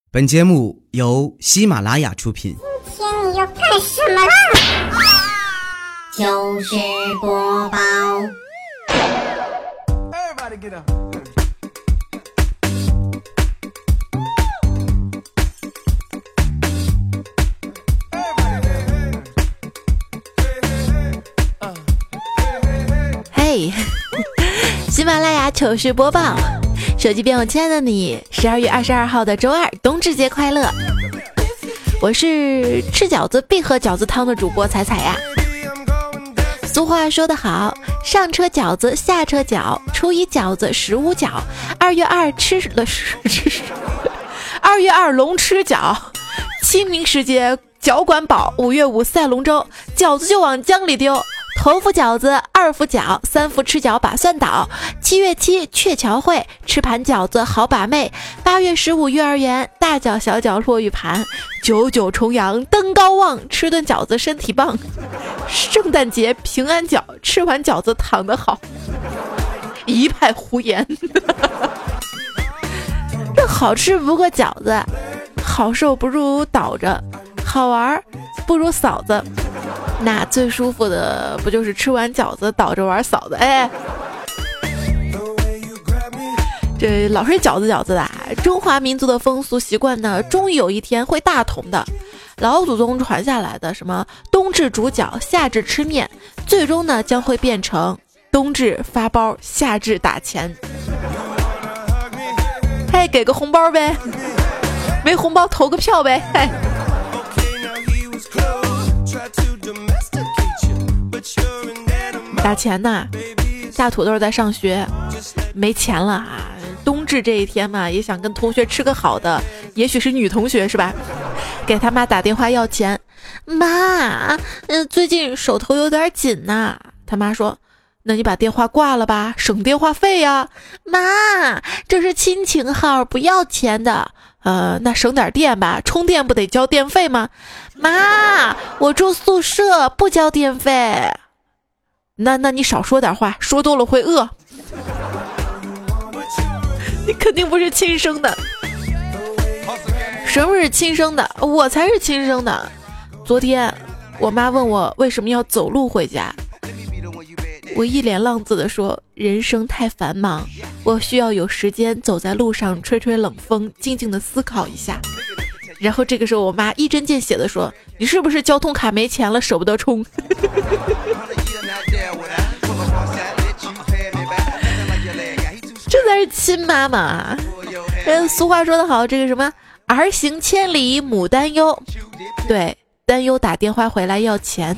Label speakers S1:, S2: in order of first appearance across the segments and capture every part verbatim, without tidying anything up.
S1: 本节目由喜马拉雅出品。
S2: 今天你要干什么啦？
S3: 糗事播报。
S4: 嘿，喜马拉雅糗事播报。手机边我亲爱的你，十二月二十二号的周二，冬至节快乐！我是吃饺子必喝饺子汤的主播彩彩呀。俗话说得好，上车饺子下车饺，初一饺子十五饺，二月二吃了吃，二月二龙吃饺，清明时节饺管饱，五月五赛龙舟，饺子就往江里丢。头伏饺子，二伏饺，三伏吃饺把蒜倒。七月七鹊桥会，吃盘饺子好把妹。八月十五幼儿园，大饺小饺落玉盘。九九重阳登高望，吃顿饺子身体棒。圣诞节平安饺，吃完饺子躺得好。一派胡言。这好吃不过饺子，好受不如倒着，好玩不如嫂子。那最舒服的不就是吃完饺子倒着玩嫂子？哎，这老是饺子饺子的，中华民族的风俗习惯呢，终于有一天会大同的。老祖宗传下来的什么冬至煮饺，夏至吃面，最终呢将会变成冬至发包，夏至打钱。嘿，给个红包呗，没红包投个票呗。嘿。打钱呐，大土豆在上学，没钱了啊！冬至这一天嘛，也想跟同学吃个好的，也许是女同学是吧？给他妈打电话要钱，妈，嗯，最近手头有点紧呐。他妈说，那你把电话挂了吧，省电话费呀。妈，这是亲情号，不要钱的。呃，那省点电吧，充电不得交电费吗？妈，我住宿舍，不交电费。那那你少说点话，说多了会饿。你肯定不是亲生的。什么是亲生的？我才是亲生的。昨天我妈问我为什么要走路回家，我一脸浪子的说，人生太繁忙，我需要有时间走在路上吹吹冷风，静静的思考一下。然后这个时候我妈一针见血的说，你是不是交通卡没钱了，舍不得充？这才是亲妈妈。人俗话说得好，这个什么儿行千里母担忧，对，担忧打电话回来要钱。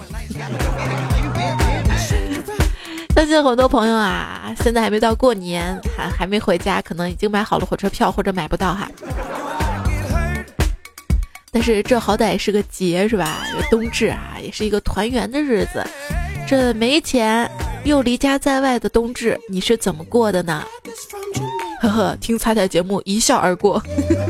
S4: 相信很多朋友啊，现在还没到过年，还还没回家，可能已经买好了火车票或者买不到哈。但是这好歹是个节是吧？冬至啊，也是一个团圆的日子。这没钱又离家在外的冬至，你是怎么过的呢？呵呵，听彩彩节目一笑而过。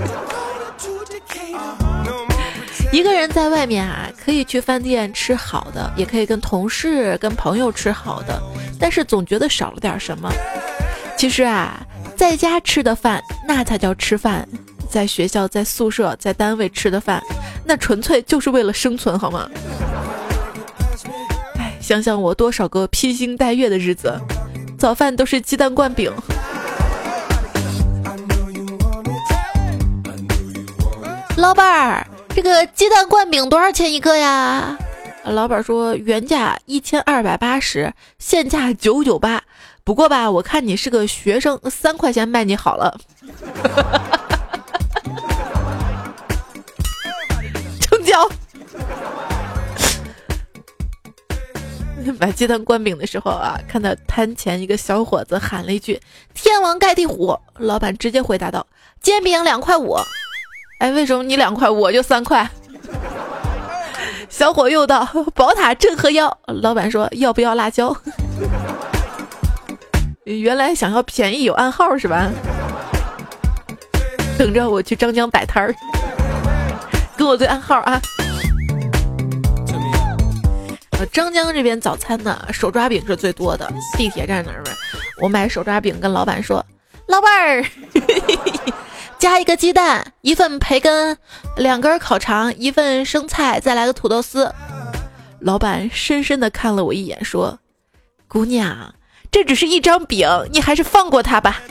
S4: 一个人在外面啊，可以去饭店吃好的，也可以跟同事跟朋友吃好的，但是总觉得少了点什么。其实啊，在家吃的饭那才叫吃饭，在学校在宿舍在单位吃的饭，那纯粹就是为了生存好吗？哎，想想我多少个披星戴月的日子，早饭都是鸡蛋灌饼。老板儿，这个鸡蛋灌饼多少钱一个呀？老板说原价一千二百八十，现价九九八。不过吧，我看你是个学生，三块钱卖你好了。成交。买鸡蛋灌饼的时候啊，看到摊前一个小伙子喊了一句天王盖地虎，老板直接回答道煎饼两块五。哎，为什么你两块我就三块？小伙又道宝塔镇河妖，老板说要不要辣椒？原来想要便宜有暗号是吧？等着我去张江摆摊儿，跟我对暗号啊。张江这边早餐呢，手抓饼是最多的。地铁站那儿，我买手抓饼，跟老板说：“老板儿， 加一个鸡蛋，一份培根，两根烤肠，一份生菜，再来个土豆丝。老板深深地看了我一眼，说：姑娘，这只是一张饼，你还是放过他吧。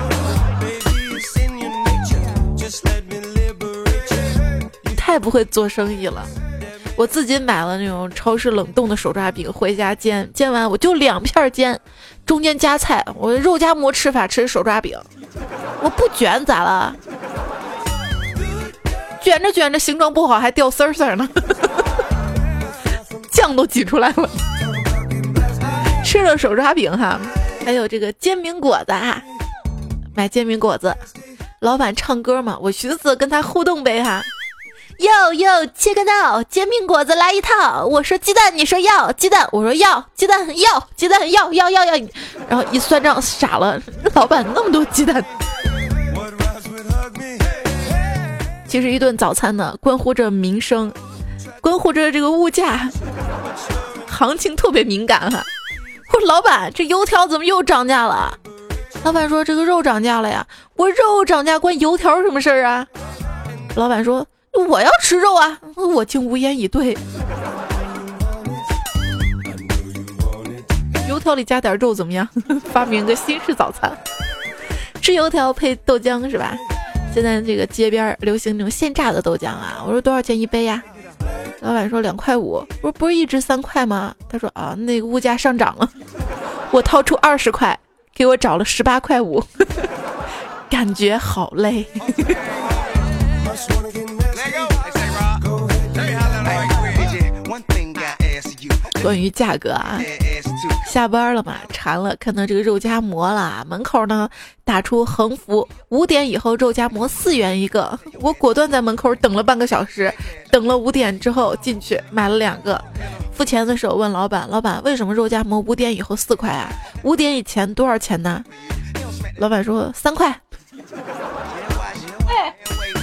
S4: 你太不会做生意了。我自己买了那种超市冷冻的手抓饼，回家煎，煎完我就两片煎，中间加菜。我肉夹馍吃法吃手抓饼，我不卷咋了？卷着卷着形状不好还掉丝丝呢，酱都挤出来了。吃了手抓饼哈，还有这个煎饼果子啊，买煎饼果子，老板唱歌嘛，我寻思跟他互动呗哈。哟哟，切个闹，煎饼果子来一套。我说鸡蛋，你说要鸡蛋，我说要鸡蛋，要鸡蛋，要要要要。然后一算账傻了，老板那么多鸡蛋。其实一顿早餐呢，关乎着民生，关乎着这个物价，行情特别敏感哈。我说老板，这油条怎么又涨价了？老板说这个肉涨价了呀。我肉涨价关油条什么事儿啊？老板说我要吃肉啊，我竟无言以对。油条里加点肉怎么样？发明个新式早餐，吃油条配豆浆是吧？现在这个街边流行那种现榨的豆浆啊，我说多少钱一杯呀？老板说两块五。我说不是一直三块吗？他说啊，那个物价上涨了。我掏出二十块，给我找了十八块五，感觉好累。关于价格啊，下班了嘛，馋了，看到这个肉夹馍了，门口呢打出横幅，五点以后肉夹馍四元一个。我果断在门口等了半个小时，等了五点之后进去买了两个。付钱的时候问老板，老板为什么肉夹馍五点以后四块啊？五点以前多少钱呢？老板说三块。哎，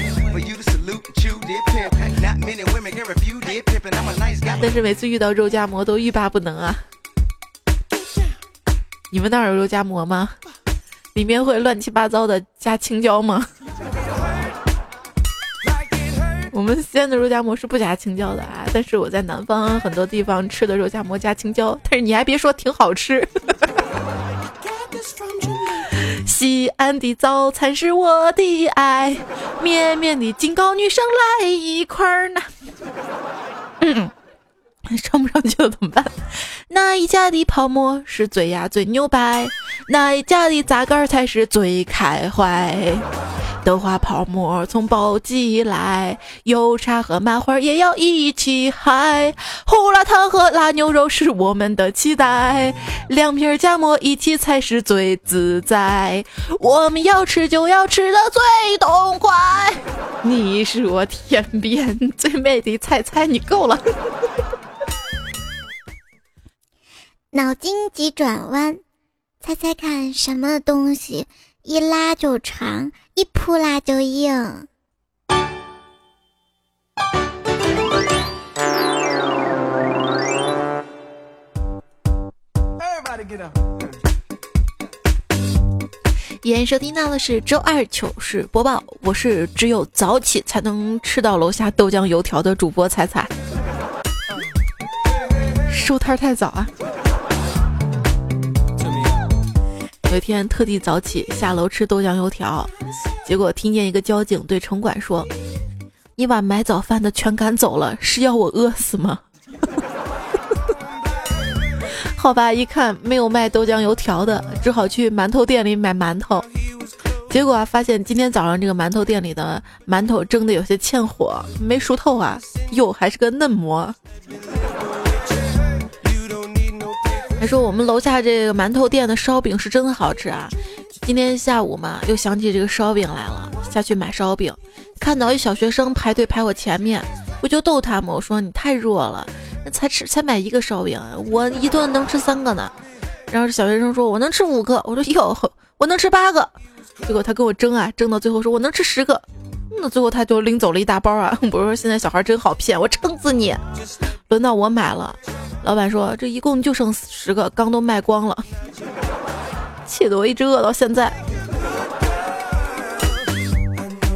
S4: 但是每次遇到肉夹馍都欲罢不能啊。你们那儿有肉夹馍吗？里面会乱七八糟的加青椒吗？我们西安的肉夹馍是不加青椒的啊，但是我在南方很多地方吃的肉夹馍加青椒，但是你还别说挺好吃。西安的早餐是我的爱，绵绵的警告女生来一块儿呢。嗯，唱不上去了怎么办？哪一家的泡沫是最呀最牛掰？哪一家的榨干才是最开怀？豆花泡沫从宝鸡来，油茶和麻花也要一起嗨，胡辣汤和辣牛肉是我们的期待，两片夹馍一起才是最自在，我们要吃就要吃的最痛快，你是我天边最美的菜菜，你够了。
S2: 脑筋急转弯，猜猜看什么东西一拉就长，一扑拉就硬？
S4: 依然收听到的是周二糗事播报，我是只有早起才能吃到楼下豆浆油条的主播彩彩。收摊太早啊！有一天特地早起下楼吃豆浆油条，结果听见一个交警对城管说：“你把买早饭的全赶走了，是要我饿死吗？”好吧，一看没有卖豆浆油条的，只好去馒头店里买馒头。结果啊，发现今天早上这个馒头店里的馒头蒸的有些欠火，没熟透啊，哟，还是个嫩馍。还说我们楼下这个馒头店的烧饼是真的好吃啊！今天下午嘛，又想起这个烧饼来了，下去买烧饼，看到一小学生排队排我前面，我就逗他们，我说你太弱了，才吃才买一个烧饼，我一顿能吃三个呢。然后这小学生说我能吃五个，我说哟，我能吃八个。结果他跟我争啊，争到最后说我能吃十个，那最后他就拎走了一大包啊！我说现在小孩真好骗，我撑死你！轮到我买了，老板说这一共就剩十个，刚都卖光了，气得我一直饿到现在。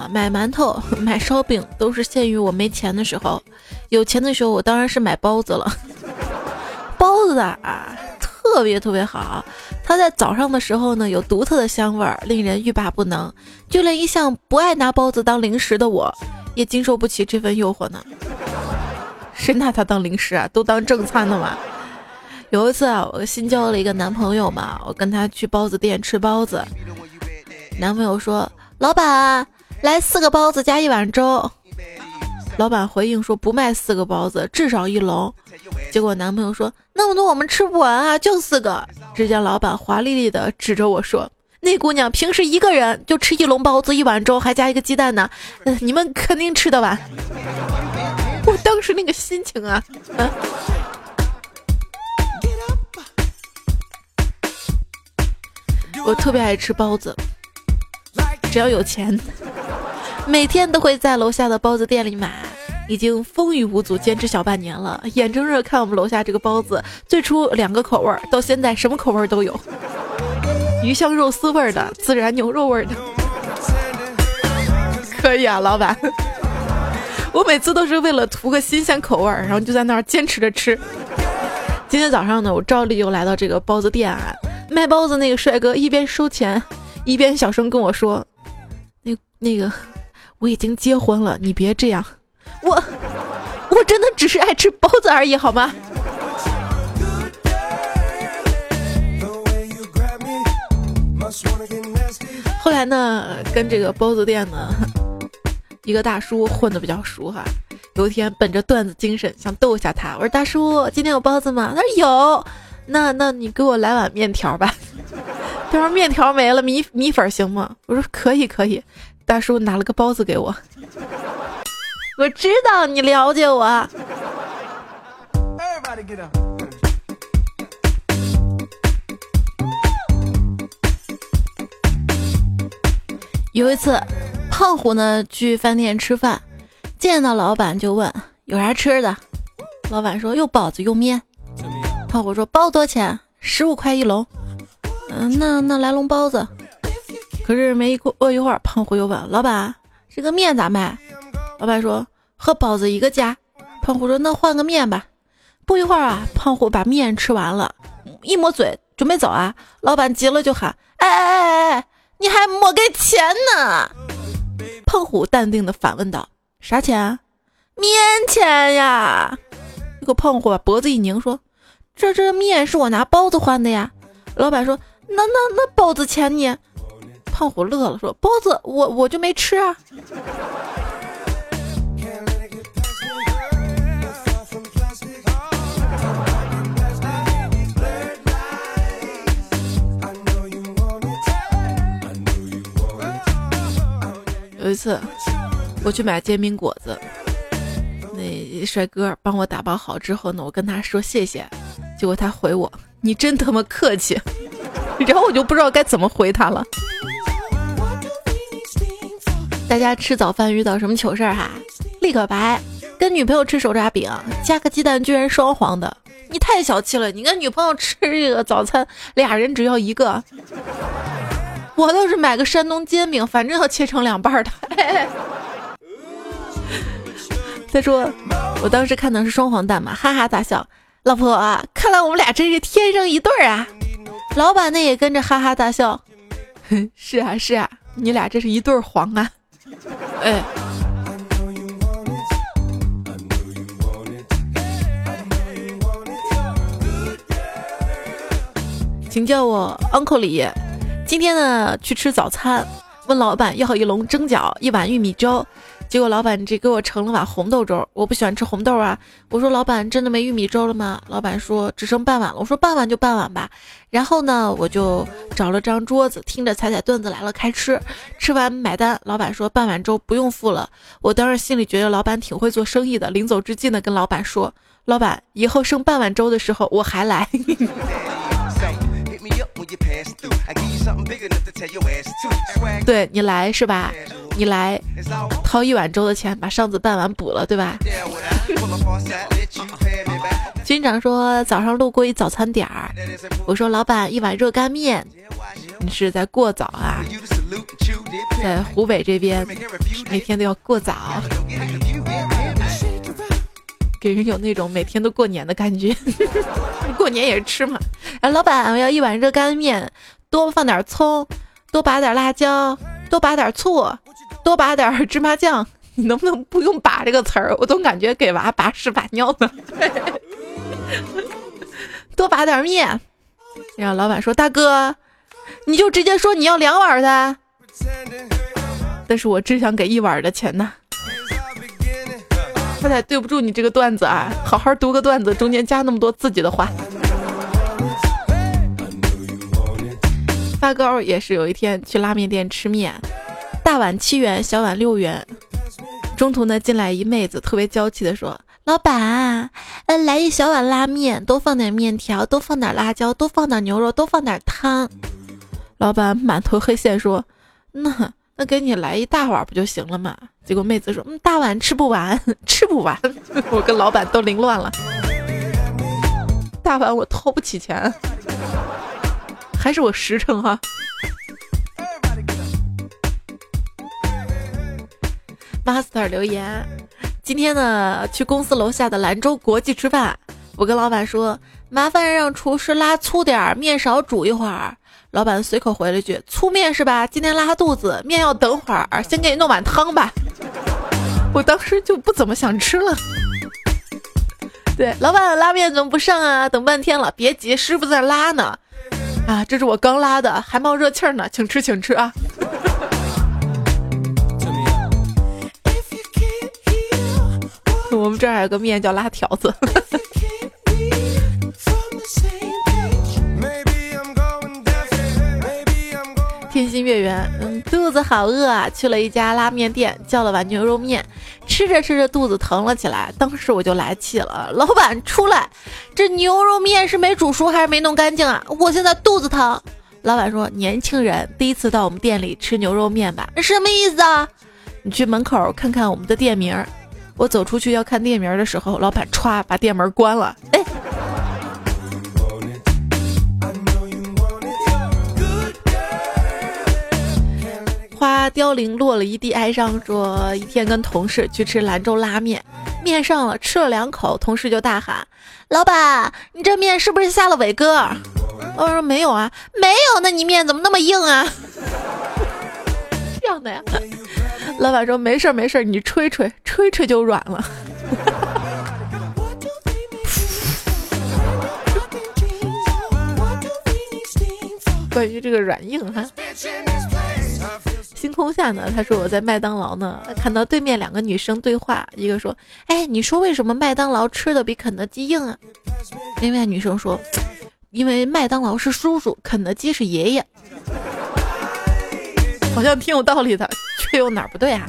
S4: 啊，买馒头、买烧饼都是限于我没钱的时候，有钱的时候我当然是买包子了。包子啊，特别特别好，它在早上的时候呢有独特的香味儿，令人欲罢不能。就连一向不爱拿包子当零食的我，也经受不起这份诱惑呢。谁拿它当零食啊？都当正餐的嘛。有一次啊，我新交了一个男朋友嘛，我跟他去包子店吃包子，男朋友说：“老板，来四个包子加一碗粥。”老板回应说：“不卖四个包子，至少一笼。”结果男朋友说：“那么多我们吃不完啊，就四个。”只见老板华丽丽的指着我说：“那姑娘平时一个人就吃一笼包子一碗粥，还加一个鸡蛋呢，呃、你们肯定吃得完。”我当时那个心情啊，啊我特别爱吃包子，只要有钱，每天都会在楼下的包子店里买，已经风雨无阻，坚持小半年了。眼睁睁看我们楼下这个包子，最初两个口味，到现在什么口味都有，鱼香肉丝味的，孜然牛肉味的。可以啊，老板。我每次都是为了图个新鲜口味，然后就在那儿坚持着吃。今天早上呢，我照例又来到这个包子店啊，卖包子那个帅哥一边收钱，一边小声跟我说：“那那个，我已经结婚了，你别这样。我我真的只是爱吃包子而已，好吗？”后来呢，跟这个包子店呢一个大叔混得比较熟哈，有一天本着段子精神想逗一下他，我说：“大叔，今天有包子吗？”他说：“有。”那那你给我来碗面条吧。他说：“面条没了，米米粉行吗？”我说：“可以可以。”大叔拿了个包子给我。我知道你了解我。有一次胖虎呢去饭店吃饭，见到老板就问有啥吃的，老板说有包子有面。胖虎说包子多少钱？十五块一笼。嗯，那那来笼包子。可是没过一会儿，胖虎又问老板这个面咋卖？老板说和包子一个价。胖虎说那换个面吧。不一会儿啊，胖虎把面吃完了，一抹嘴准备走啊，老板急了就喊：“哎哎哎哎，你还没给钱呢！”胖虎淡定的反问道：“啥钱？”“面钱呀！”这个胖虎把脖子一拧说：“这这面是我拿包子换的呀。”老板说：“那那那包子钱你？”胖虎乐了说：“包子我我就没吃啊。”有一次我去买煎饼果子，那帅哥帮我打包好之后呢，我跟他说谢谢，结果他回我：“你真他妈客气。”然后我就不知道该怎么回他了。大家吃早饭遇到什么糗事儿哈？立可白跟女朋友吃手抓饼，加个鸡蛋居然双黄的，你太小气了！你跟女朋友吃这个早餐，俩人只要一个。我倒是买个山东煎饼，反正要切成两半的。再说我当时看的是双黄蛋嘛，哈哈大笑。老婆啊，看来我们俩真是天生一对儿啊！老板呢也跟着哈哈大笑。是啊是啊，你俩这是一对儿黄啊！哎，请叫我 Uncle 李。今天呢去吃早餐，问老板要一笼蒸饺，一碗玉米粥，结果老板只给我盛了碗红豆粥，我不喜欢吃红豆啊。我说老板真的没玉米粥了吗？老板说只剩半碗了。我说半碗就半碗吧。然后呢我就找了张桌子，听着彩彩段子来了开吃，吃完买单，老板说半碗粥不用付了。我当时心里觉得老板挺会做生意的，临走之际呢跟老板说，老板以后剩半碗粥的时候我还来。对，你来是吧？你来掏一碗粥的钱，把上次半碗补了，对吧？军长说早上路过一早餐点儿，我说老板一碗热干面，你是在过早啊？ 在湖北这边每天都要过早，给人有那种每天都过年的感觉。过年也是吃嘛。然后老板，我要一碗热干面，多放点葱，多拔点辣椒，多拔点醋，多拔点芝麻酱。你能不能不用把这个词儿？我总感觉给娃把屎把尿呢。多拔点面。然后老板说，大哥你就直接说你要两碗的，但是我只想给一碗的钱呢。他才对不住你这个段子啊，好好读个段子，中间加那么多自己的话。发糕也是有一天去拉面店吃面，大碗七元，小碗六元。中途呢进来一妹子，特别娇气的说，老板，呃，来一小碗拉面，多放点面条，多放点辣椒，多放点牛肉，多放点汤。老板满头黑线说，那那给你来一大碗不就行了嘛？结果妹子说，嗯，大碗吃不完，吃不完。我跟老板都凌乱了，大碗我掏不起钱，还是我实诚哈。Master 留言，今天呢去公司楼下的兰州国际吃饭，我跟老板说，麻烦让厨师拉粗点，面少煮一会儿。老板随口回了一句，粗面是吧？今天拉肚子，面要等会儿，先给你弄碗汤吧。我当时就不怎么想吃了。对，老板拉面怎么不上啊？等半天了，别急，师傅在拉呢。啊，这是我刚拉的，还冒热气儿呢，请吃请吃啊。我们这儿还有个面叫拉条子。天心月圆，嗯，肚子好饿啊，去了一家拉面店，叫了碗牛肉面，吃着吃着肚子疼了起来，当时我就来气了，老板出来，这牛肉面是没煮熟还是没弄干净啊？我现在肚子疼。老板说，年轻人第一次到我们店里吃牛肉面吧？什么意思啊？你去门口看看我们的店名。我走出去要看店名的时候，老板歘把店门关了。哎，花凋零落了一地哀伤，说一天跟同事去吃兰州拉面，面上了，吃了两口，同事就大喊，老板你这面是不是下了伟哥？我说没有啊。没有，那你面怎么那么硬啊？这样的呀。老板说没事没事，你吹吹吹吹就软了。关于这个软硬哈，星空下呢，他说我在麦当劳呢，看到对面两个女生对话，一个说，哎，你说为什么麦当劳吃的比肯德基硬啊？另外女生说，因为麦当劳是叔叔，肯德基是爷爷。好像挺有道理的，却又哪儿不对啊？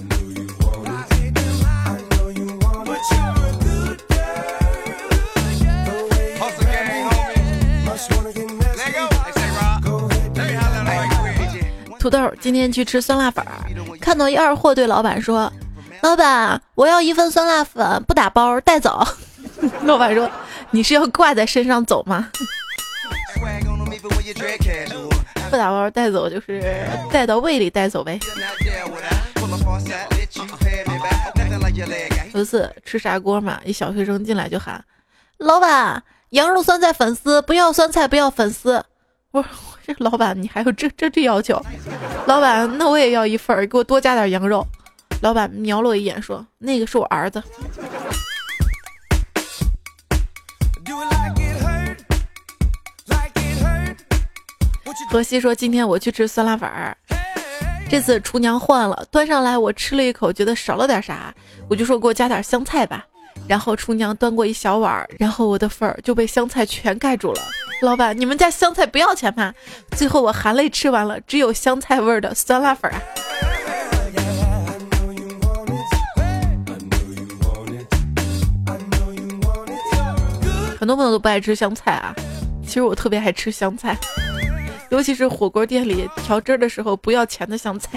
S4: 土豆今天去吃酸辣粉，看到一二货对老板说，老板我要一份酸辣粉，不打包带走。老板说，你是要挂在身上走吗？不打包带走就是带到胃里带走呗。有一次吃砂锅嘛，一小学生进来就喊，老板羊肉酸菜粉丝，不要酸菜不要粉丝。我说这老板你还有这这这要求？老板那我也要一份，给我多加点羊肉。老板瞄了我一眼说，那个是我儿子。荷西说，今天我去吃酸辣粉儿，这次厨娘换了，端上来我吃了一口，觉得少了点啥，我就说给我加点香菜吧。然后厨娘端过一小碗，然后我的份儿就被香菜全盖住了。老板，你们家香菜不要钱吗？最后我含泪吃完了只有香菜味的酸辣粉啊。很多朋友都不爱吃香菜啊，其实我特别爱吃香菜，尤其是火锅店里调汁的时候不要钱的香菜。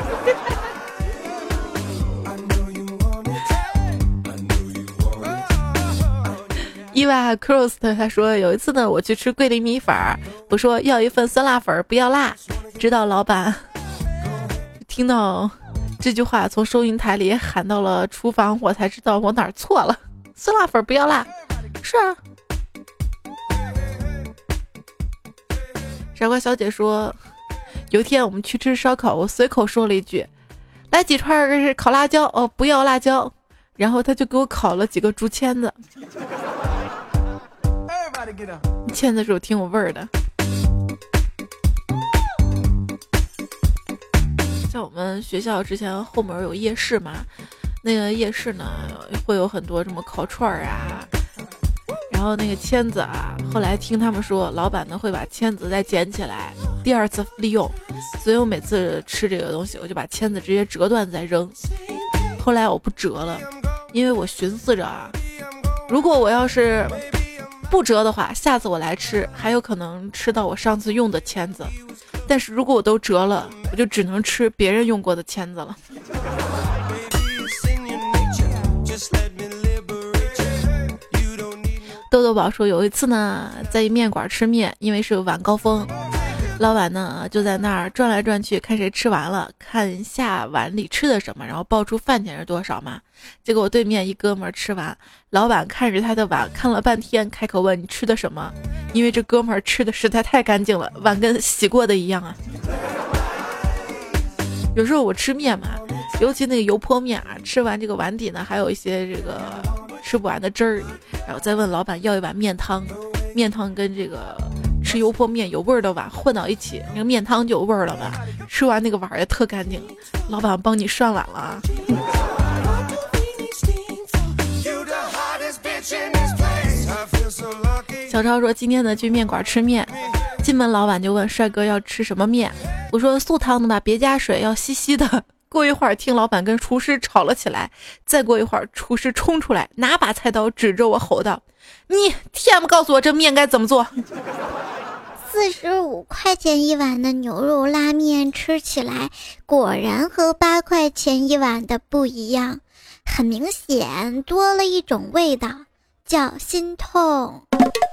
S4: 伊娃 cross 他说，有一次呢我去吃桂林米粉，我说要一份酸辣粉不要辣，直到老板听到这句话从收银台里喊到了厨房，我才知道我哪儿错了。酸辣粉不要辣。是啊。傻瓜小姐说，有一天我们去吃烧烤，我随口说了一句，来几串是烤辣椒，哦不要辣椒，然后他就给我烤了几个竹签子。签子是有挺有味儿的。像我们学校之前后门有夜市嘛，那个夜市呢会有很多什么烤串儿啊，然后那个签子啊，后来听他们说老板呢会把签子再捡起来第二次利用，所以我每次吃这个东西我就把签子直接折断再扔。后来我不折了，因为我寻思着啊，如果我要是不折的话，下次我来吃还有可能吃到我上次用的签子，但是如果我都折了，我就只能吃别人用过的签子了。豆豆宝说，有一次呢在一面馆吃面，因为是晚高峰，老板呢就在那儿转来转去，看谁吃完了，看下碗里吃的什么，然后报出饭钱是多少嘛。结果我对面一哥们儿吃完，老板看着他的碗看了半天，开口问你吃的什么，因为这哥们儿吃的实在太干净了，碗跟洗过的一样啊。有时候我吃面嘛，尤其那个油泼面啊，吃完这个碗底呢还有一些这个吃不完的汁儿，然后再问老板要一碗面汤，面汤跟这个吃油泼面有味儿的碗混到一起，那个面汤就有味儿了嘛。吃完那个碗也特干净，老板帮你涮碗了啊。小超说，今天呢去面馆吃面，进门老板就问帅哥要吃什么面，我说素汤的吧，别加水，要稀稀的。过一会儿听老板跟厨师吵了起来，再过一会儿厨师冲出来，拿把菜刀指着我吼道，你 T M 告诉我这面该怎么做。
S2: 四十五块钱一碗的牛肉拉面吃起来果然和八块钱一碗的不一样，很明显多了一种味道，叫心痛。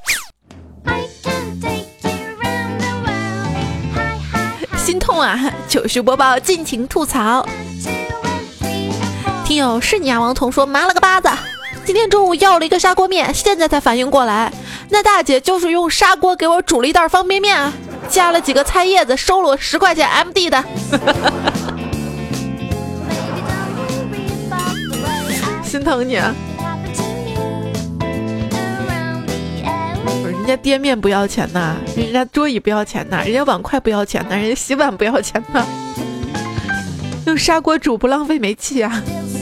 S4: 心痛啊！糗事播报，尽情吐槽。听友是你啊，王彤说麻了个巴子，今天中午要了一个砂锅面，现在才反应过来，那大姐就是用砂锅给我煮了一袋方便面啊，加了几个菜叶子，收了我十块钱 M D 的。心疼你啊！人家店面不要钱呐，人家桌椅不要钱呐，人家碗筷不要钱呐，人家洗碗不要钱呐。用砂锅煮不浪费煤气啊！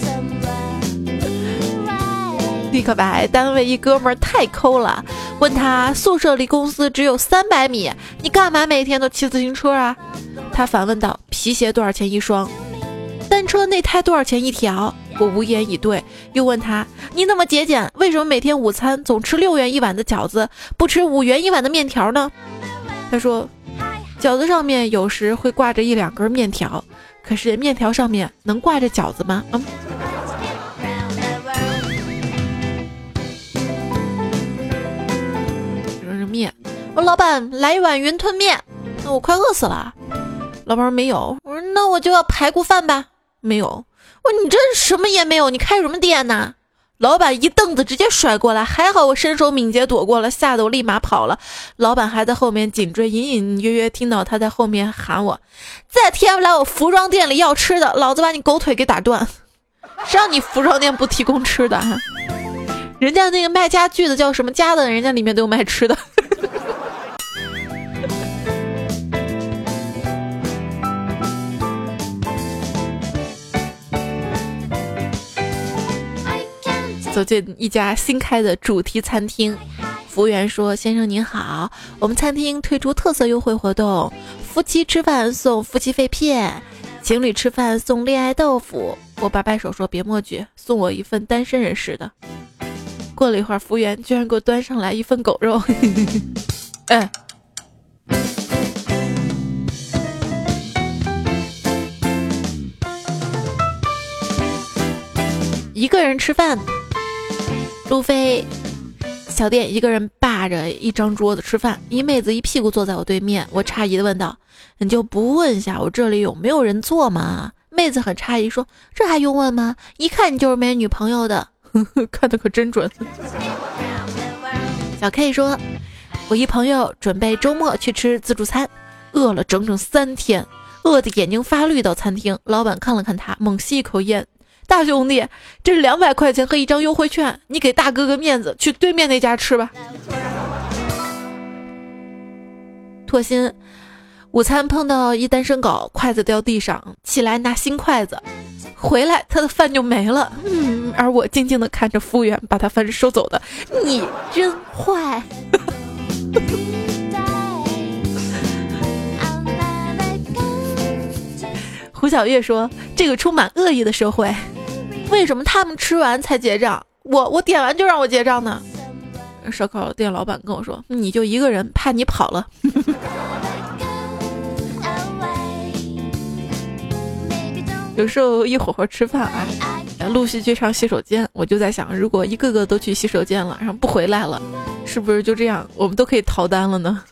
S4: 立刻白，单位一哥们儿太抠了，问他宿舍离公司只有三百米，你干嘛每天都骑自行车啊？他反问道：皮鞋多少钱一双？单车内胎多少钱一条？我无言以对，又问他：你那么节俭，为什么每天午餐总吃六元一碗的饺子，不吃五元一碗的面条呢？他说：饺子上面有时会挂着一两根面条，可是面条上面能挂着饺子吗？嗯。就是面，我老板来一碗云吞面，那我快饿死了。老板说没有，我说那我就要排骨饭吧，没有。我说你这什么也没有，你开什么店呢？老板一凳子直接甩过来，还好我身手敏捷躲过了，吓得我立马跑了。老板还在后面紧追，隐隐约约听到他在后面喊我：再贴不来我服装店里要吃的，老子把你狗腿给打断。谁让你服装店不提供吃的啊？人家那个卖家具的叫什么家的，人家里面都有卖吃的。走进一家新开的主题餐厅，服务员说：先生您好，我们餐厅推出特色优惠活动，夫妻吃饭送夫妻肺片，情侣吃饭送恋爱豆腐。我摆摆手说：别墨迹，送我一份单身人士的。过了一会儿，服务员居然给我端上来一份狗肉。哎，一个人吃饭，路飞小店一个人霸霸着一张桌子吃饭，一妹子一屁股坐在我对面，我诧异的问道：你就不问一下我这里有没有人坐吗？妹子很诧异说：这还用问吗？一看你就是没女朋友的。看得可真准。小 K 说：我一朋友准备周末去吃自助餐，饿了整整三天，饿得眼睛发绿到餐厅，老板看了看他，猛吸一口烟：大兄弟，这是两百块钱和一张优惠券，你给大哥个面子，去对面那家吃吧。拓心，午餐碰到一单身狗，筷子掉地上，起来拿新筷子，回来他的饭就没了。嗯，而我静静地看着服务员把他饭收走的，你真坏。胡小月说：这个充满恶意的社会，为什么他们吃完才结账，我我点完就让我结账呢？烧烤店老板跟我说：你就一个人，怕你跑了。有时候一伙伙吃饭啊，陆续去上洗手间，我就在想，如果一个个都去洗手间了，然后不回来了，是不是就这样我们都可以逃单了呢？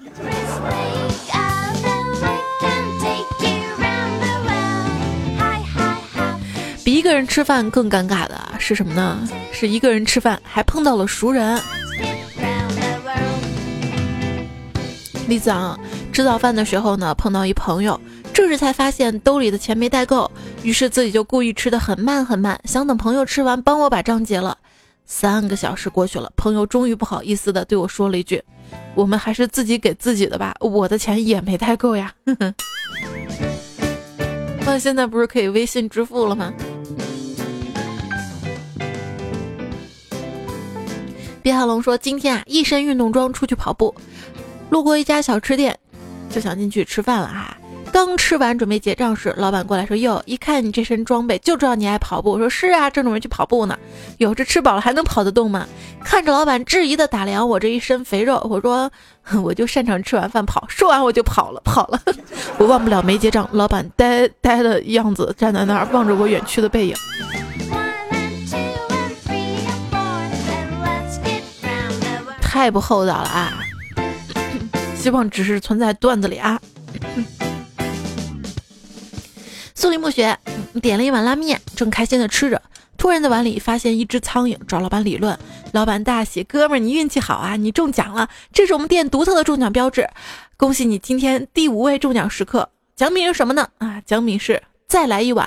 S4: 比一个人吃饭更尴尬的是什么呢？是一个人吃饭还碰到了熟人。李子昂吃早饭的时候呢，碰到一朋友，这时才发现兜里的钱没带够，于是自己就故意吃得很慢很慢，想等朋友吃完帮我把账结了。三个小时过去了，朋友终于不好意思的对我说了一句：我们还是自己给自己的吧，我的钱也没带够呀。那现在不是可以微信支付了吗？毕海龙说：今天啊，一身运动装出去跑步，路过一家小吃店，就想进去吃饭了哈。刚吃完准备结账时，老板过来说：哟，一看你这身装备就知道你爱跑步。我说：是啊，这种人去跑步呢。哟，这吃饱了还能跑得动吗？看着老板质疑的打量我这一身肥肉，我说：我就擅长吃完饭跑。说完我就跑了跑了。我忘不了没结账，老板呆呆的样子，站在那儿望着我远去的背影。太不厚道了啊！希望只是存在段子里啊。苏黎暮雪点了一碗拉面，正开心的吃着，突然在碗里发现一只苍蝇，找老板理论。老板大喜：哥们儿，你运气好啊，你中奖了，这是我们店独特的中奖标志，恭喜你今天第五位中奖时刻。奖品是什么呢？啊，奖品是再来一碗。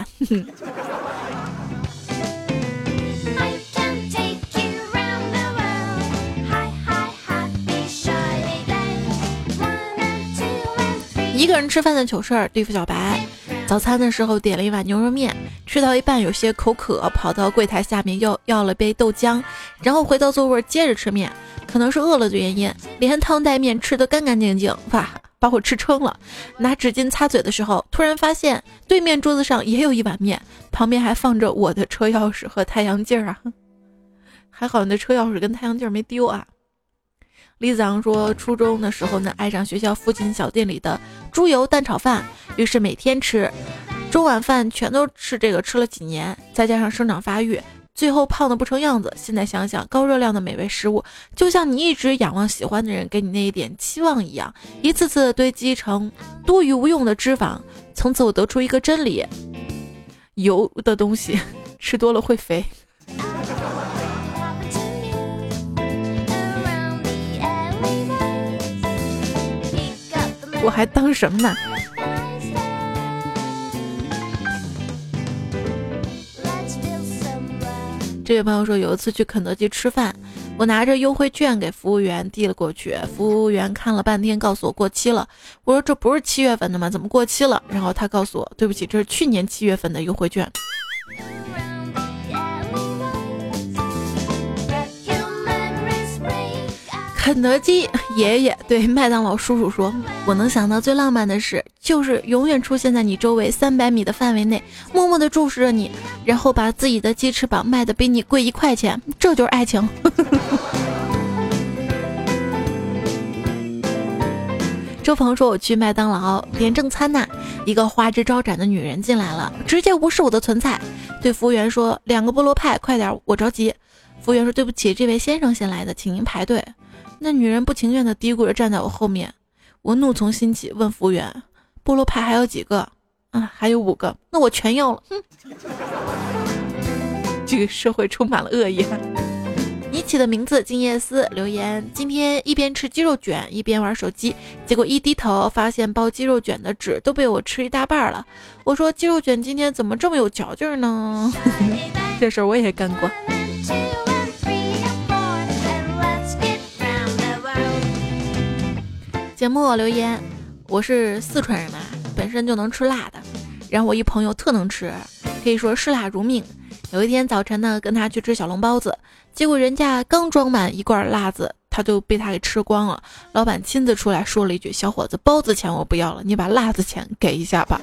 S4: 一个人吃饭的糗事儿，对付小白。早餐的时候点了一碗牛肉面，吃到一半有些口渴，跑到柜台下面又要了杯豆浆，然后回到座位接着吃面。可能是饿了的原因，连汤带面吃得干干净净，哇，把我吃撑了。拿纸巾擦嘴的时候，突然发现对面桌子上也有一碗面，旁边还放着我的车钥匙和太阳镜啊。还好你的车钥匙跟太阳镜没丢啊。李子昂说，初中的时候呢，爱上学校附近小店里的猪油蛋炒饭，于是每天吃，中晚饭全都吃这个，吃了几年，再加上生长发育，最后胖得不成样子。现在想想，高热量的美味食物，就像你一直仰望喜欢的人给你那一点期望一样，一次次的堆积成多余无用的脂肪。从此我得出一个真理：油的东西吃多了会肥。我还当什么呢？这位朋友说，有一次去肯德基吃饭，我拿着优惠券给服务员递了过去，服务员看了半天，告诉我过期了。我说这不是七月份的吗？怎么过期了？然后他告诉我，对不起，这是去年七月份的优惠券。肯德基爷爷对麦当劳叔叔说，我能想到最浪漫的事，就是永远出现在你周围三百米的范围内，默默地注视着你，然后把自己的鸡翅膀卖得比你贵一块钱，这就是爱情。周鹏说，我去麦当劳点正餐呐，一个花枝招展的女人进来了，直接无视我的存在，对服务员说，两个菠萝派，快点，我着急。服务员说，对不起，这位先生先来的，请您排队。 那女人不情愿地嘀咕着站在我后面，我怒从心起，问服务员：菠萝派还有几个？啊，还有五个，那我全要了。哼，这个社会充满了恶意。你起的名字静夜思留言：今天一边吃鸡肉卷一边玩手机，结果一低头发现包鸡肉卷的纸都被我吃一大半了。我说鸡肉卷今天怎么这么有嚼劲呢？这事儿我也干过。节目留言：我是四川人嘛，本身就能吃辣的，然后我一朋友特能吃，可以说嗜辣如命。有一天早晨呢，跟他去吃小笼包子，结果人家刚装满一罐辣子，他就被他给吃光了。老板亲自出来说了一句：小伙子，包子钱我不要了，你把辣子钱给一下吧。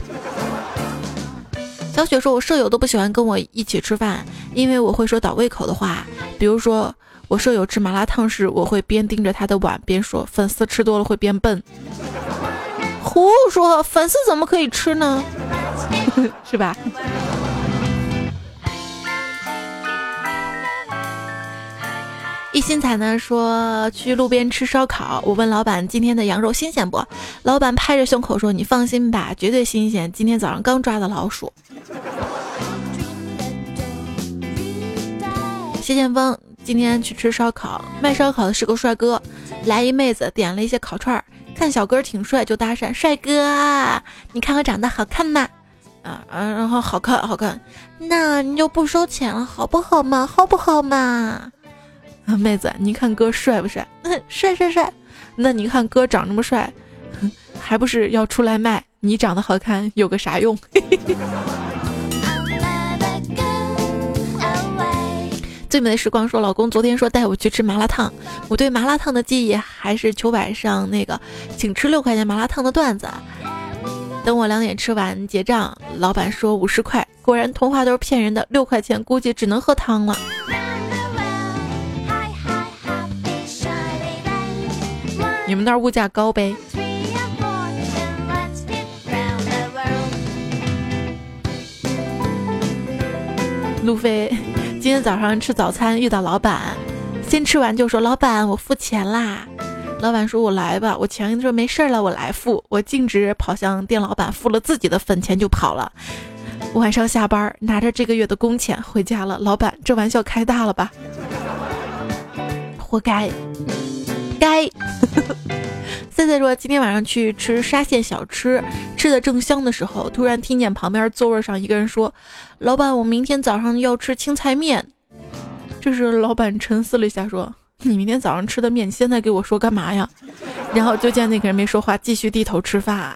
S4: 小雪说，我舍友都不喜欢跟我一起吃饭，因为我会说倒胃口的话，比如说我舍友吃麻辣烫时，我会边盯着他的碗边说粉丝吃多了会变笨。胡说，粉丝怎么可以吃呢？是吧？一心彩呢说去路边吃烧烤，我问老板今天的羊肉新鲜不？老板拍着胸口说你放心吧，绝对新鲜，今天早上刚抓的老鼠。谢剑锋今天去吃烧烤，卖烧烤的是个帅哥，来一妹子点了一些烤串，看小哥挺帅就搭讪，帅哥你看我长得好看吗？啊啊，然后好看好看，那你就不收钱了好不好嘛，好不好嘛？啊，妹子，你看哥帅不帅？嗯，帅帅帅。那你看哥长这么帅，还不是要出来卖？你长得好看有个啥用？最美的时光说，老公昨天说带我去吃麻辣烫，我对麻辣烫的记忆还是糗百上那个请吃六块钱麻辣烫的段子。等我两点吃完结账，老板说五十块，果然童话都是骗人的，六块钱估计只能喝汤了。你们那儿物价高呗？路飞今天早上吃早餐遇到老板，先吃完就说老板我付钱啦。老板说我来吧，我强硬说没事了我来付，我径直跑向店老板付了自己的份钱就跑了。晚上下班拿着这个月的工钱回家了，老板这玩笑开大了吧，活该该。赛赛说今天晚上去吃沙县小吃，吃的正香的时候，突然听见旁边座位上一个人说，老板我明天早上要吃青菜面。这时老板沉思了一下说，你明天早上吃的面你现在给我说干嘛呀？然后就见那个人没说话，继续低头吃饭。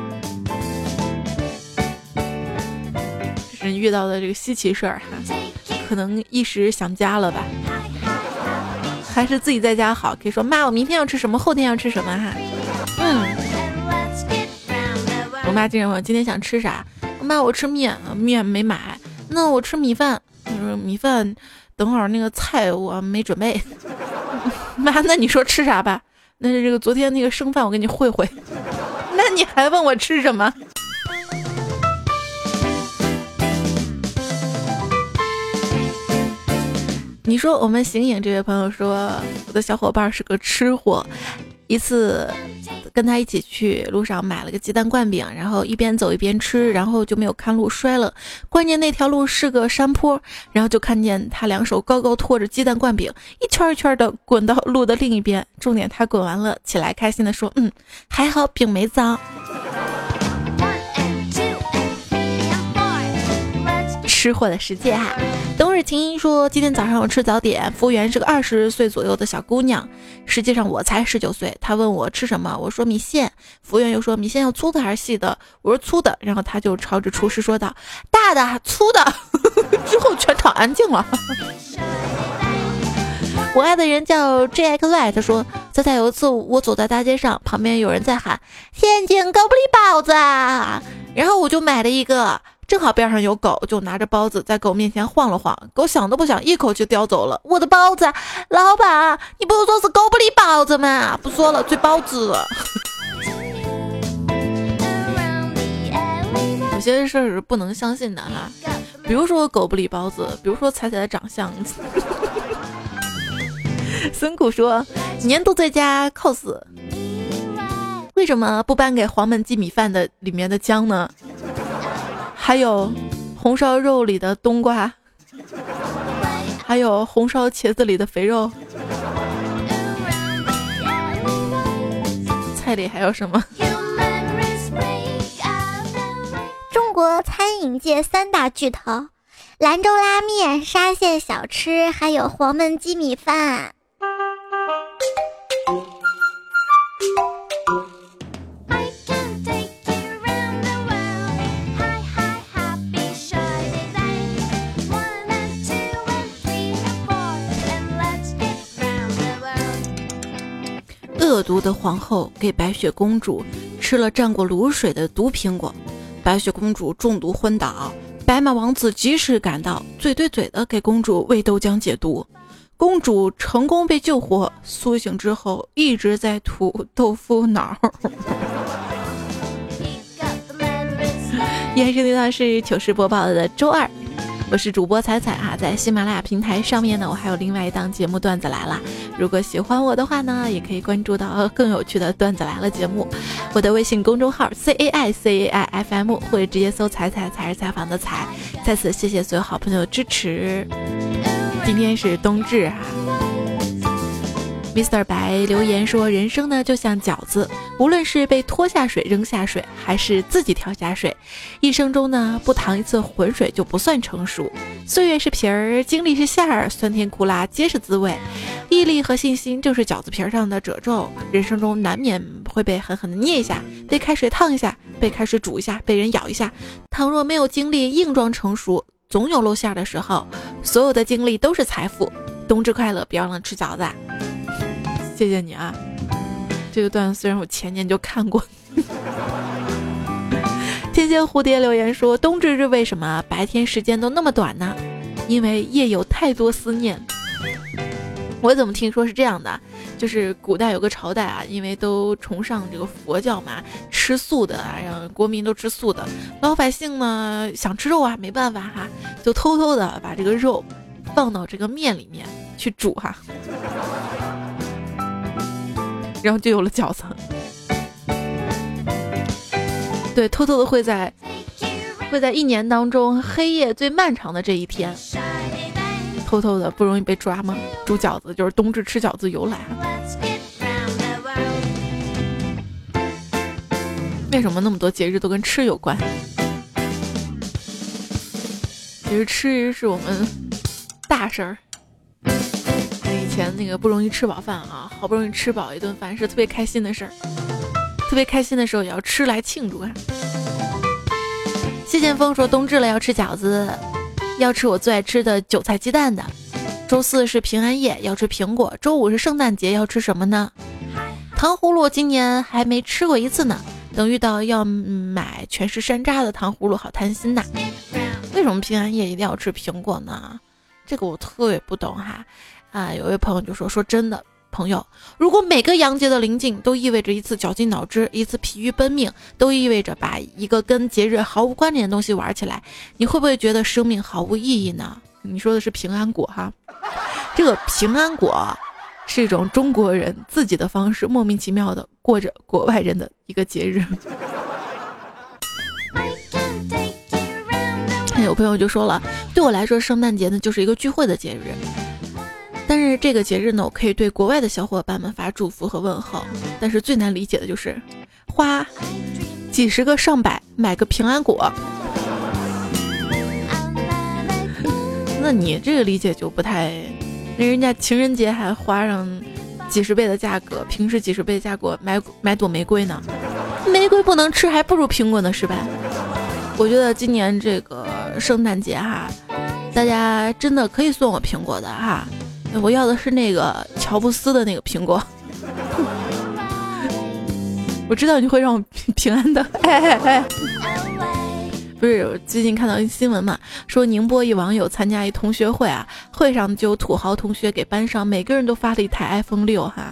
S4: 这是遇到的这个稀奇事儿哈，可能一时想家了吧，还是自己在家好，可以说妈我明天要吃什么，后天要吃什么哈。嗯，我妈经常问今天想吃啥，妈我吃面，面没买，那我吃米饭，我说米饭等会儿那个菜我没准备。妈那你说吃啥吧？那是这个昨天那个剩饭我给你烩烩。那你还问我吃什么？你说我们形影这位朋友说我的小伙伴是个吃货，一次跟他一起去路上买了个鸡蛋灌饼，然后一边走一边吃，然后就没有看路摔了，关键那条路是个山坡，然后就看见他两手高高托着鸡蛋灌饼一圈一圈的滚到路的另一边，重点他滚完了起来开心的说嗯还好饼没脏。吃货的世界哈。冬日晴音说今天早上我吃早点，服务员是个二十岁左右的小姑娘，实际上我才十九岁，她问我吃什么，我说米线，服务员又说米线要粗的还是细的，我说粗的，然后她就朝着厨师说道大的粗的。之后全场安静了。我爱的人叫 J X Y， 他说在在有一次我走在大街上，旁边有人在喊天津狗不理包子，然后我就买了一个，正好边上有狗，就拿着包子在狗面前晃了晃，狗想都不想一口就叼走了我的包子。老板你不说是狗不理包子吗？不说了，嘴包子。有些事儿是不能相信的哈，比如说狗不理包子，比如说彩彩的长相。 孙谷说年度最佳 cos 为什么不颁给黄焖鸡米饭的里面的姜呢？还有红烧肉里的冬瓜，还有红烧茄子里的肥肉，菜里还有什么？
S2: 中国餐饮界三大巨头，兰州拉面、沙县小吃，还有黄焖鸡米饭。
S4: 恶毒的皇后给白雪公主吃了蘸过卤水的毒苹果，白雪公主中毒昏倒，白马王子及时赶到，嘴对嘴的给公主喂豆浆解毒，公主成功被救活，苏醒之后一直在吐豆腐脑。延伸的段是糗事播报的周二，我是主播彩彩哈，在喜马拉雅平台上面呢，我还有另外一档节目段子来了。如果喜欢我的话呢，也可以关注到更有趣的段子来了节目。我的微信公众号 C A I C A I F M 或者直接搜彩彩才是采访的彩。在此谢谢所有好朋友的支持。今天是冬至哈。mister 白留言说，人生呢就像饺子，无论是被拖下水扔下水，还是自己跳下水，一生中呢不淌一次浑水就不算成熟。岁月是皮儿，经历是馅儿，酸甜苦辣皆是滋味。毅力和信心就是饺子皮上的褶皱，人生中难免会被狠狠的捏一下，被开水烫一下，被开水煮一下，被人咬一下。倘若没有经历硬装成熟，总有露馅的时候。所有的经历都是财富。冬至快乐，别忘了吃饺子。谢谢你啊，这个段子虽然我前年就看过。天仙蝴蝶留言说，冬至日为什么白天时间都那么短呢？因为夜有太多思念。我怎么听说是这样的，就是古代有个朝代啊，因为都崇尚这个佛教嘛，吃素的啊，让国民都吃素的，老百姓呢想吃肉啊，没办法哈，就偷偷的把这个肉放到这个面里面去煮哈，然后就有了饺子。对，偷偷的会在会在一年当中黑夜最漫长的这一天，偷偷的不容易被抓吗？煮饺子就是冬至吃饺子由来。为什么那么多节日都跟吃有关？其实吃是我们大事儿。以前那个不容易吃饱饭啊，好不容易吃饱一顿饭是特别开心的事儿，特别开心的时候也要吃来庆祝啊。谢剑锋说，冬至了要吃饺子，要吃我最爱吃的韭菜鸡蛋的。周四是平安夜，要吃苹果。周五是圣诞节，要吃什么呢？糖葫芦今年还没吃过一次呢，等遇到要买全是山楂的糖葫芦好贪心呐。为什么平安夜一定要吃苹果呢？这个我特别不懂哈。啊，有位朋友就说说真的，朋友，如果每个洋节的临近都意味着一次绞尽脑汁，一次疲于奔命，都意味着把一个跟节日毫无关联的东西玩起来，你会不会觉得生命毫无意义呢？你说的是平安果哈，这个平安果是一种中国人自己的方式，莫名其妙的过着国外人的一个节日。有朋友就说了，对我来说圣诞节呢就是一个聚会的节日，但是这个节日呢我可以对国外的小伙伴们发祝福和问候，但是最难理解的就是花几十个上百买个平安果，那你这个理解就不太，那人家情人节还花上几十倍的价格，平时几十倍的价格买买朵玫瑰呢，玫瑰不能吃还不如苹果呢是吧？我觉得今年这个圣诞节哈，大家真的可以送我苹果的哈，我要的是那个乔布斯的那个苹果。我知道你会让我平安的。哎哎哎，不是，我最近看到一新闻嘛，说宁波一网友参加一同学会啊，会上就有土豪同学给班上每个人都发了一台 iPhone 六哈。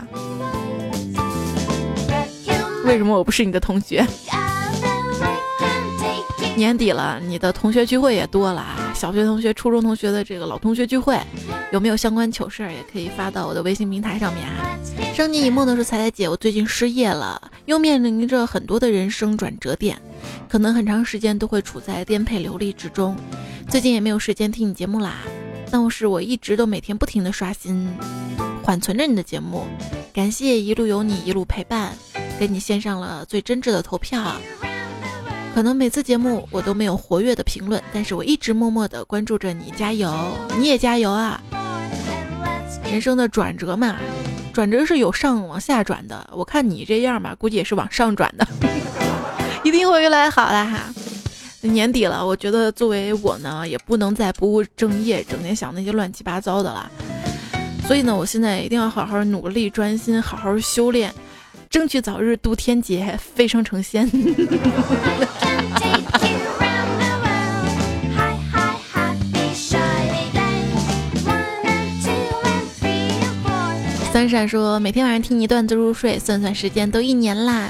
S4: 为什么我不是你的同学？ 年底了，你的同学聚会也多了啊，小学同学、初中同学的这个老同学聚会，有没有相关糗事儿也可以发到我的微信平台上面啊。生你以沫的是彩彩姐，我最近失业了，又面临着很多的人生转折点，可能很长时间都会处在颠沛流离之中。最近也没有时间听你节目啦，但是我一直都每天不停的刷新，缓存着你的节目，感谢一路有你一路陪伴，给你献上了最真挚的投票。可能每次节目我都没有活跃的评论，但是我一直默默的关注着你，加油，你也加油啊！人生的转折嘛，转折是有上往下转的，我看你这样吧，估计也是往上转的，一定会越来越好的哈。年底了，我觉得作为我呢，也不能再不务正业，整天想那些乱七八糟的了。所以呢，我现在一定要好好努力专心，好好修炼，争取早日渡天劫，飞升成仙。三闪说每天晚上听你段子入睡，算算时间都一年啦。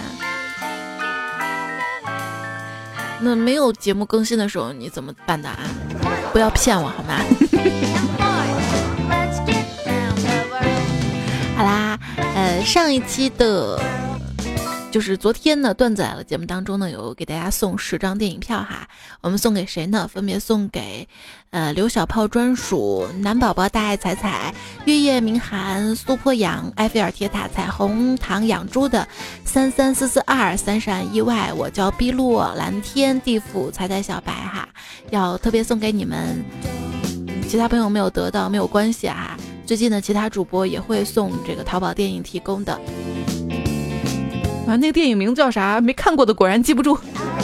S4: 那没有节目更新的时候你怎么办的啊？不要骗我好吗？好啦，呃，上一期的就是昨天的段子来了节目当中呢，有给大家送十张电影票哈。我们送给谁呢？分别送给呃刘小炮专属、男宝宝大爱彩彩、月夜明寒、苏破阳、埃菲尔铁塔、彩虹糖养猪的三三四四二、三闪意外、我叫碧露、蓝天地府、彩彩小白哈，要特别送给你们。其他朋友没有得到没有关系哈，最近的其他主播也会送这个淘宝电影提供的。啊，那个电影名字叫啥？没看过的果然记不住。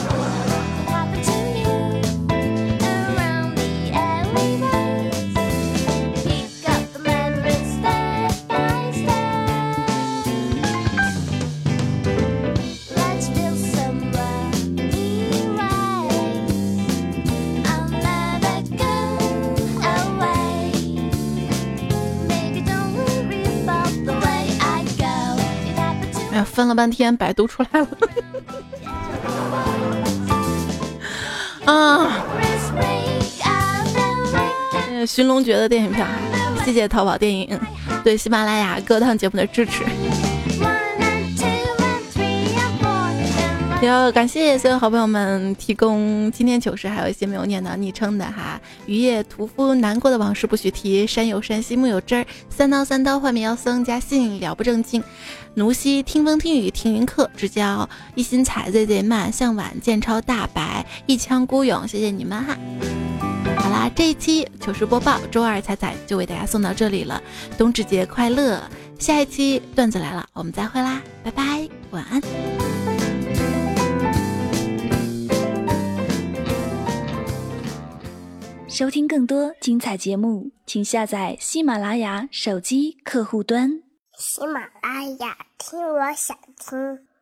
S4: 哎呀，分了半天，百度出来了。啊！寻龙诀的电影票，谢谢淘宝电影对喜马拉雅各档节目的支持。要感谢所有好朋友们提供今天糗事，还有一些没有念到昵称的哈。渔夜屠夫，难过的往事不许提，山有山兮木有枝儿，三刀三刀换面妖僧，加信了不正经，奴西听风听雨听云客，只教一心彩 Z Z 慢，向晚剑超大白，一腔孤勇，谢谢你们哈。好啦，这一期糗事播报周二彩彩就为大家送到这里了，冬至节快乐！下一期段子来了，我们再会啦，拜拜，晚安。
S5: 收听更多精彩节目，请下载喜马拉雅手机客户端。
S6: 喜马拉雅，听我想听。